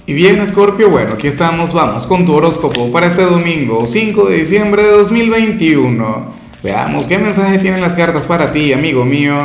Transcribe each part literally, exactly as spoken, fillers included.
Y bien, Escorpio, bueno, aquí estamos, vamos con tu horóscopo para este domingo, cinco de diciembre de dos mil veintiuno. Veamos qué mensaje tienen las cartas para ti, amigo mío.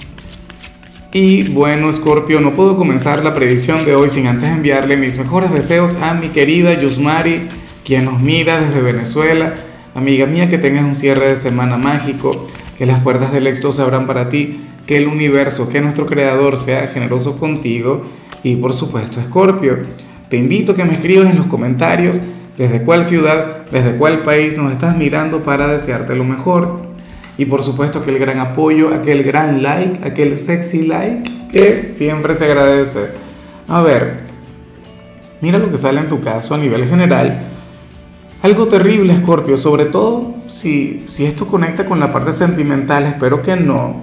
Y bueno, Escorpio, no puedo comenzar la predicción de hoy sin antes enviarle mis mejores deseos a mi querida Yusmari, quien nos mira desde Venezuela. Amiga mía, que tengas un cierre de semana mágico, que las puertas del éxito se abran para ti, que el universo, que nuestro creador sea generoso contigo. Y por supuesto, Escorpio, te invito a que me escribas en los comentarios desde cuál ciudad, desde cuál país nos estás mirando para desearte lo mejor. Y por supuesto aquel gran apoyo, aquel gran like, aquel sexy like que siempre se agradece. A ver, mira lo que sale en tu caso a nivel general. Algo terrible, Escorpio, sobre todo si, si esto conecta con la parte sentimental, espero que no.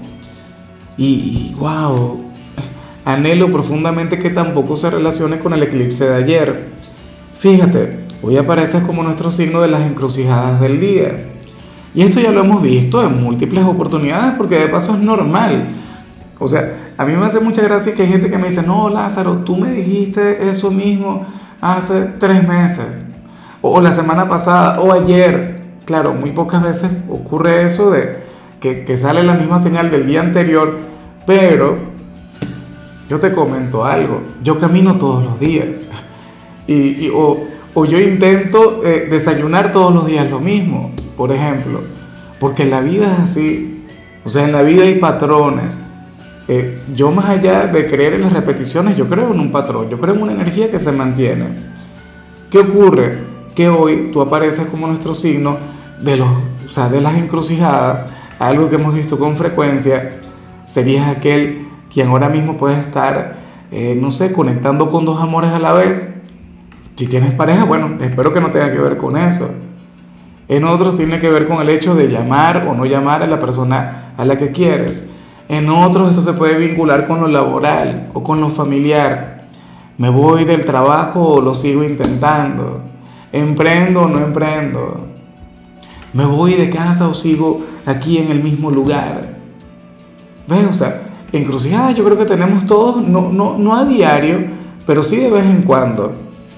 Y, y wow, anhelo profundamente que tampoco se relacione con el eclipse de ayer. Fíjate, hoy apareces como nuestro signo de las encrucijadas del día. Y esto ya lo hemos visto en múltiples oportunidades porque de paso es normal. O sea, a mí me hace mucha gracia que hay gente que me dice, no, Lázaro, tú me dijiste eso mismo hace tres meses, o, o la semana pasada, o ayer. Claro, muy pocas veces ocurre eso de que, que sale la misma señal del día anterior, pero yo te comento algo, yo camino todos los días, y, y, o, o yo intento eh, desayunar todos los días lo mismo, por ejemplo, porque la vida es así. O sea, en la vida hay patrones. Eh, yo más allá de creer en las repeticiones, yo creo en un patrón, yo creo en una energía que se mantiene. ¿Qué ocurre? Que hoy tú apareces como nuestro signo de, los, o sea, de las encrucijadas, algo que hemos visto con frecuencia. Serías aquel quien ahora mismo puede estar, eh, no sé, conectando con dos amores a la vez. Si tienes pareja, bueno, espero que no tenga que ver con eso. En otros tiene que ver con el hecho de llamar o no llamar a la persona a la que quieres. En otros esto se puede vincular con lo laboral o con lo familiar. Me voy del trabajo o lo sigo intentando. Emprendo o no emprendo. Me voy de casa o sigo aquí en el mismo lugar. ¿Ves? O sea, encrucijadas yo creo que tenemos todos, no, no, no a diario, pero sí de vez en cuando.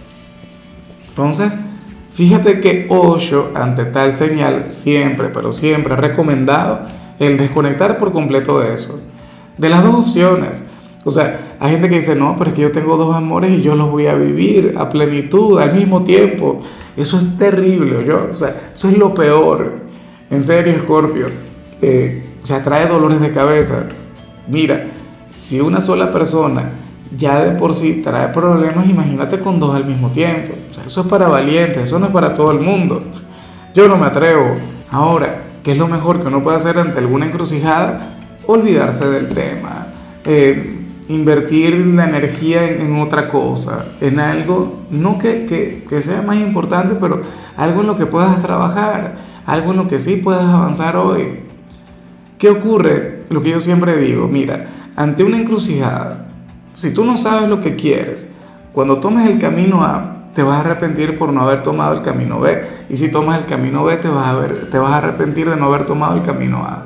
Entonces, fíjate que Osho, ante tal señal, siempre, pero siempre ha recomendado el desconectar por completo de eso. De las dos opciones. O sea, hay gente que dice, no, pero es que yo tengo dos amores y yo los voy a vivir a plenitud, al mismo tiempo. Eso es terrible, yo, o sea, eso es lo peor. En serio, Escorpio. Eh, o sea, trae dolores de cabeza. Mira, si una sola persona ya de por sí trae problemas, imagínate con dos al mismo tiempo. O sea, eso es para valientes, eso no es para todo el mundo. Yo no me atrevo. Ahora, ¿qué es lo mejor que uno puede hacer ante alguna encrucijada? Olvidarse del tema, eh, invertir la energía en, en otra cosa, en algo, no que, que, que sea más importante, pero algo en lo que puedas trabajar, algo en lo que sí puedas avanzar hoy. ¿Qué ocurre? Lo que yo siempre digo, mira, ante una encrucijada, si tú no sabes lo que quieres, cuando tomes el camino A, te vas a arrepentir por no haber tomado el camino B. Y si tomas el camino B, te vas a, ver, te vas a arrepentir de no haber tomado el camino A.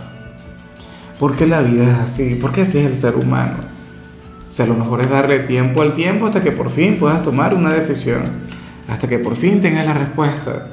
Porque la vida es así, porque así es el ser humano. O sea, lo mejor es darle tiempo al tiempo hasta que por fin puedas tomar una decisión. Hasta que por fin tengas la respuesta.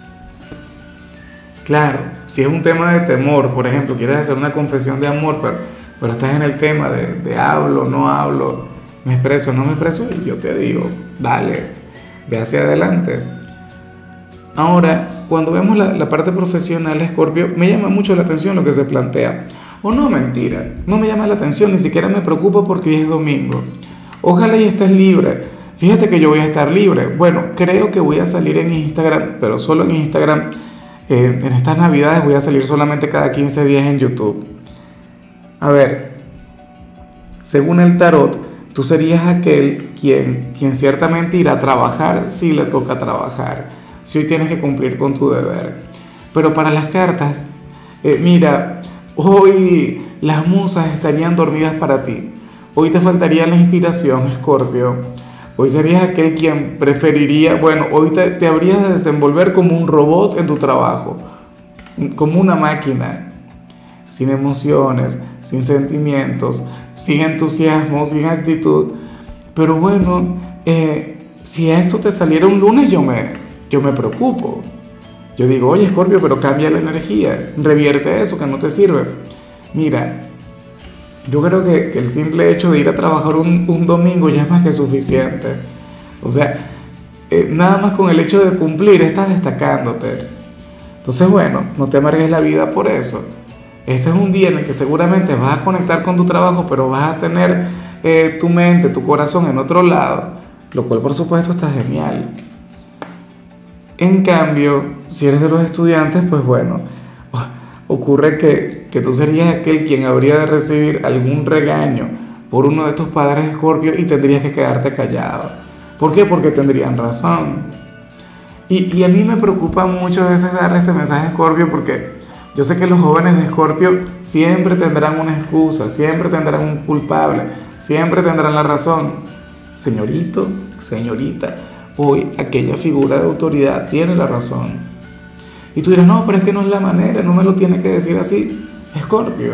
Claro, si es un tema de temor, por ejemplo, quieres hacer una confesión de amor, pero, pero estás en el tema de, de hablo, no hablo, me expreso, no me expreso, y yo te digo, dale, ve hacia adelante. Ahora, cuando vemos la, la parte profesional, Escorpio, me llama mucho la atención lo que se plantea. O no, mentira, no me llama la atención, ni siquiera me preocupa porque hoy es domingo. Ojalá y estés libre. Fíjate que yo voy a estar libre. Bueno, creo que voy a salir en Instagram, pero solo en Instagram. Eh, en estas navidades voy a salir solamente cada quince días en YouTube. A ver, según el tarot, tú serías aquel quien, quien ciertamente irá a trabajar si le toca trabajar, si hoy tienes que cumplir con tu deber. Pero para las cartas, eh, mira, hoy las musas estarían dormidas para ti. Hoy te faltaría la inspiración, Escorpio. Hoy serías aquel quien preferiría, bueno, hoy te, te habrías de desenvolver como un robot en tu trabajo, como una máquina, sin emociones, sin sentimientos, sin entusiasmo, sin actitud. Pero bueno, eh, si esto te saliera un lunes, yo me, yo me preocupo. Yo digo, oye, Escorpio, pero cambia la energía, revierte eso que no te sirve. Mira, yo creo que, que el simple hecho de ir a trabajar un, un domingo ya es más que suficiente. O sea, eh, nada más con el hecho de cumplir estás destacándote. Entonces, bueno, no te amargues la vida por eso. Este es un día en el que seguramente vas a conectar con tu trabajo, pero vas a tener eh, tu mente, tu corazón en otro lado, lo cual por supuesto está genial. En cambio, si eres de los estudiantes, pues bueno, ocurre que, que tú serías aquel quien habría de recibir algún regaño por uno de tus padres Escorpio y tendrías que quedarte callado. ¿Por qué? Porque tendrían razón. Y, y a mí me preocupa mucho a veces darle este mensaje a Escorpio porque yo sé que los jóvenes de Escorpio siempre tendrán una excusa, siempre tendrán un culpable, siempre tendrán la razón. Señorito, señorita, hoy aquella figura de autoridad tiene la razón. Y tú dirás, no, pero es que no es la manera, no me lo tiene que decir así. Escorpio,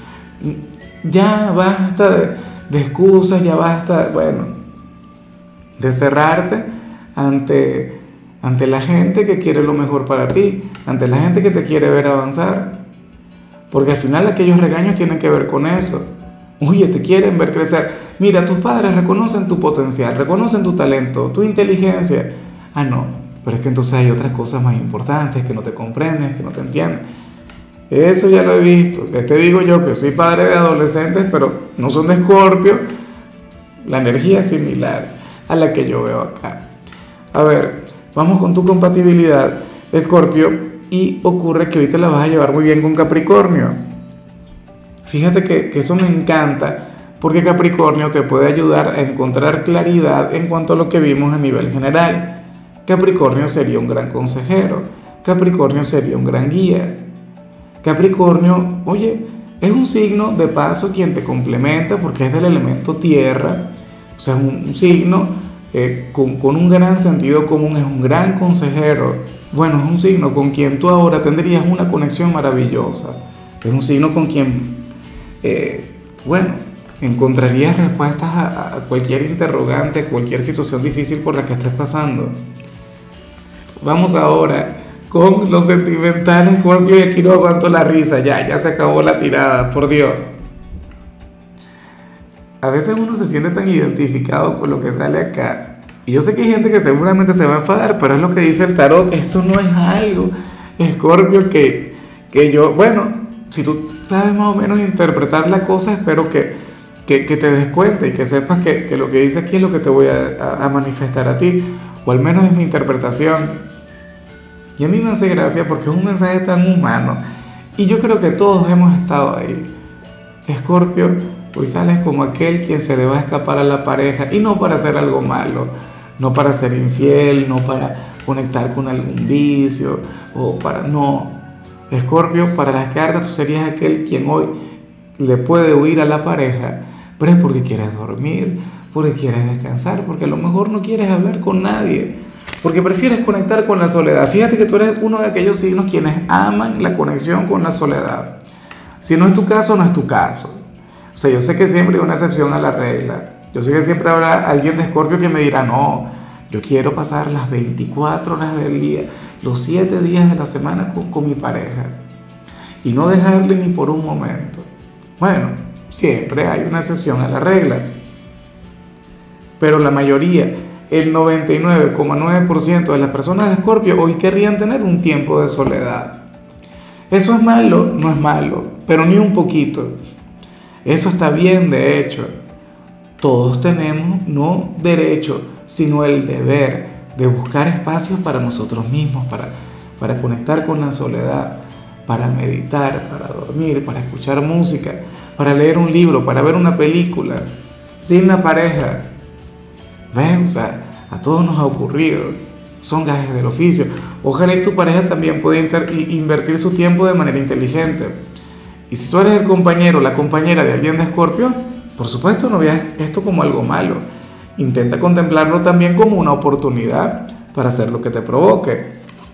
ya basta de, de excusas, ya basta, bueno, de cerrarte ante, ante la gente que quiere lo mejor para ti, ante la gente que te quiere ver avanzar. Porque al final aquellos regaños tienen que ver con eso. Oye, te quieren ver crecer. Mira, tus padres reconocen tu potencial, reconocen tu talento, tu inteligencia. Ah, no, pero es que entonces hay otras cosas más importantes que no te comprenden, que no te entienden. Eso ya lo he visto. Ya te digo yo que soy padre de adolescentes, pero no son de Escorpio. La energía es similar a la que yo veo acá. A ver, vamos con tu compatibilidad, Escorpio, y ocurre que hoy te la vas a llevar muy bien con Capricornio. Fíjate que, que eso me encanta, porque Capricornio te puede ayudar a encontrar claridad en cuanto a lo que vimos a nivel general. Capricornio sería un gran consejero, Capricornio sería un gran guía. Capricornio, oye, es un signo de paso quien te complementa porque es del elemento tierra, o sea, un, un signo eh, con, con un gran sentido común, es un gran consejero. Bueno, es un signo con quien tú ahora tendrías una conexión maravillosa, es un signo con quien, eh, bueno, encontrarías respuestas a, a cualquier interrogante, a cualquier situación difícil por la que estés pasando. Vamos ahora con los sentimentales, Scorpio, y aquí no aguanto la risa, ya, ya se acabó la tirada, por Dios. A veces uno se siente tan identificado con lo que sale acá, y yo sé que hay gente que seguramente se va a enfadar, pero es lo que dice el tarot, esto no es algo, Scorpio, que, que yo, bueno, si tú sabes más o menos interpretar la cosa, espero que, que, que te des cuenta y que sepas que, que lo que dice aquí es lo que te voy a, a, a manifestar a ti, o al menos es mi interpretación. Y a mí me hace gracia porque es un mensaje tan humano. Y yo creo que todos hemos estado ahí. Escorpio, hoy sales como aquel quien se le va a escapar a la pareja. Y no para hacer algo malo. No para ser infiel. No para conectar con algún vicio. O para... No. Escorpio, para las cartas tú serías aquel quien hoy le puede huir a la pareja. Pero es porque quieres dormir. Porque quieres descansar. Porque a lo mejor no quieres hablar con nadie. Porque prefieres conectar con la soledad. Fíjate que tú eres uno de aquellos signos quienes aman la conexión con la soledad. Si no es tu caso, no es tu caso. O sea, yo sé que siempre hay una excepción a la regla. Yo sé que siempre habrá alguien de Escorpio que me dirá, no, yo quiero pasar las veinticuatro horas del día, los siete días de la semana con, con mi pareja. Y no dejarle ni por un momento. Bueno, siempre hay una excepción a la regla. Pero la mayoría... el noventa y nueve coma nueve por ciento de las personas de Escorpio hoy querrían tener un tiempo de soledad. ¿Eso es malo? No es malo, pero ni un poquito. Eso está bien, de hecho. Todos tenemos no derecho, sino el deber de buscar espacios para nosotros mismos, para, para conectar con la soledad, para meditar, para dormir, para escuchar música, para leer un libro, para ver una película, sin la pareja. ¿Ves? O sea, a todos nos ha ocurrido. Son gajes del oficio. Ojalá y tu pareja también pueda inter- invertir su tiempo de manera inteligente. Y si tú eres el compañero o la compañera de alguien de Escorpio, por supuesto no veas esto como algo malo. Intenta contemplarlo también como una oportunidad para hacer lo que te provoque.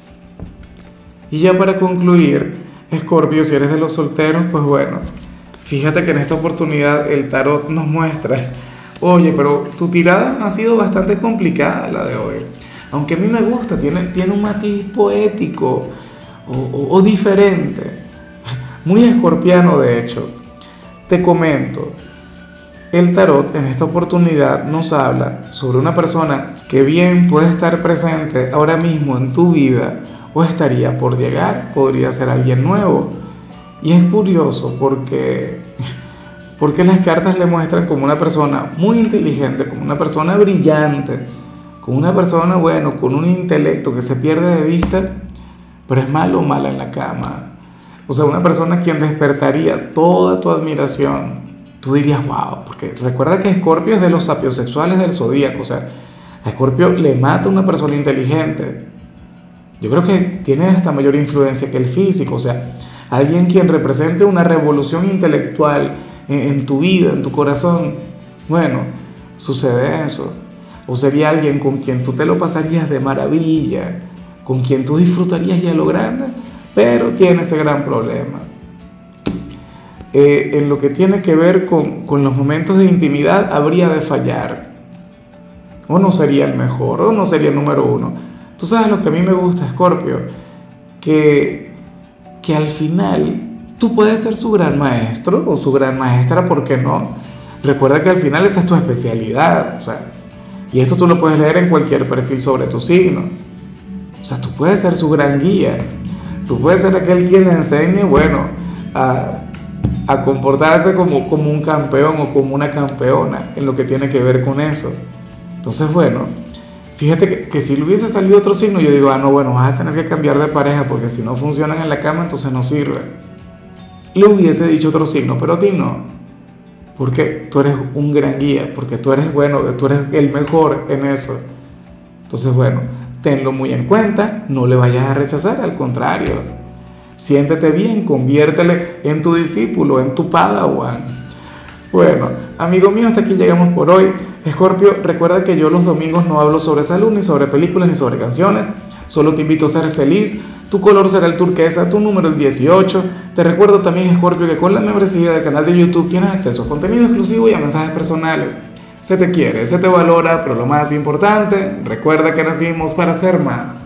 Y ya para concluir, Escorpio, si eres de los solteros, pues bueno, fíjate que en esta oportunidad el tarot nos muestra Oye, pero tu tirada ha sido bastante complicada la de hoy. Aunque a mí me gusta, tiene, tiene un matiz poético o, o- o diferente. Muy escorpiano, de hecho. Te comento, el tarot en esta oportunidad nos habla sobre una persona que bien puede estar presente ahora mismo en tu vida o estaría por llegar, podría ser alguien nuevo. Y es curioso porque, porque las cartas le muestran como una persona muy inteligente, como una persona brillante, como una persona, bueno, con un intelecto que se pierde de vista, pero es malo o mala en la cama. O sea, una persona quien despertaría toda tu admiración. Tú dirías, wow, porque recuerda que Escorpio es de los sapiosexuales del zodíaco. O sea, a Escorpio le mata a una persona inteligente. Yo creo que tiene hasta mayor influencia que el físico. O sea, alguien quien represente una revolución intelectual en, en tu vida, en tu corazón. Bueno, sucede eso. O sería alguien con quien tú te lo pasarías de maravilla, con quien tú disfrutarías ya lo grande, pero tiene ese gran problema. Eh, en lo que tiene que ver con, con los momentos de intimidad, habría de fallar. O no sería el mejor, o no sería el número uno. Tú sabes lo que a mí me gusta, Scorpio, que, que al final tú puedes ser su gran maestro o su gran maestra, ¿por qué no? Recuerda que al final esa es tu especialidad, o sea, y esto tú lo puedes leer en cualquier perfil sobre tu signo. O sea, tú puedes ser su gran guía. Tú puedes ser aquel quien le enseñe, bueno, a, a comportarse como, como un campeón o como una campeona en lo que tiene que ver con eso. Entonces, bueno, fíjate que, que si le hubiese salido otro signo, yo digo, ah, no, bueno, vas a tener que cambiar de pareja porque si no funcionan en la cama, entonces no sirve. Le hubiese dicho otro signo, pero a ti no. Porque tú eres un gran guía, porque tú eres bueno, tú eres el mejor en eso. Entonces, bueno, tenlo muy en cuenta, no le vayas a rechazar, al contrario. Siéntete bien, conviértele en tu discípulo, en tu padawan. Bueno, amigo mío, hasta aquí llegamos por hoy. Escorpio, recuerda que yo los domingos no hablo sobre salud, ni sobre películas, ni sobre canciones. Solo te invito a ser feliz. Tu color será el turquesa, tu número el dieciocho. Te recuerdo también, Escorpio, que con la membresía del canal de YouTube tienes acceso a contenido exclusivo y a mensajes personales. Se te quiere, se te valora, pero lo más importante, recuerda que nacimos para ser más.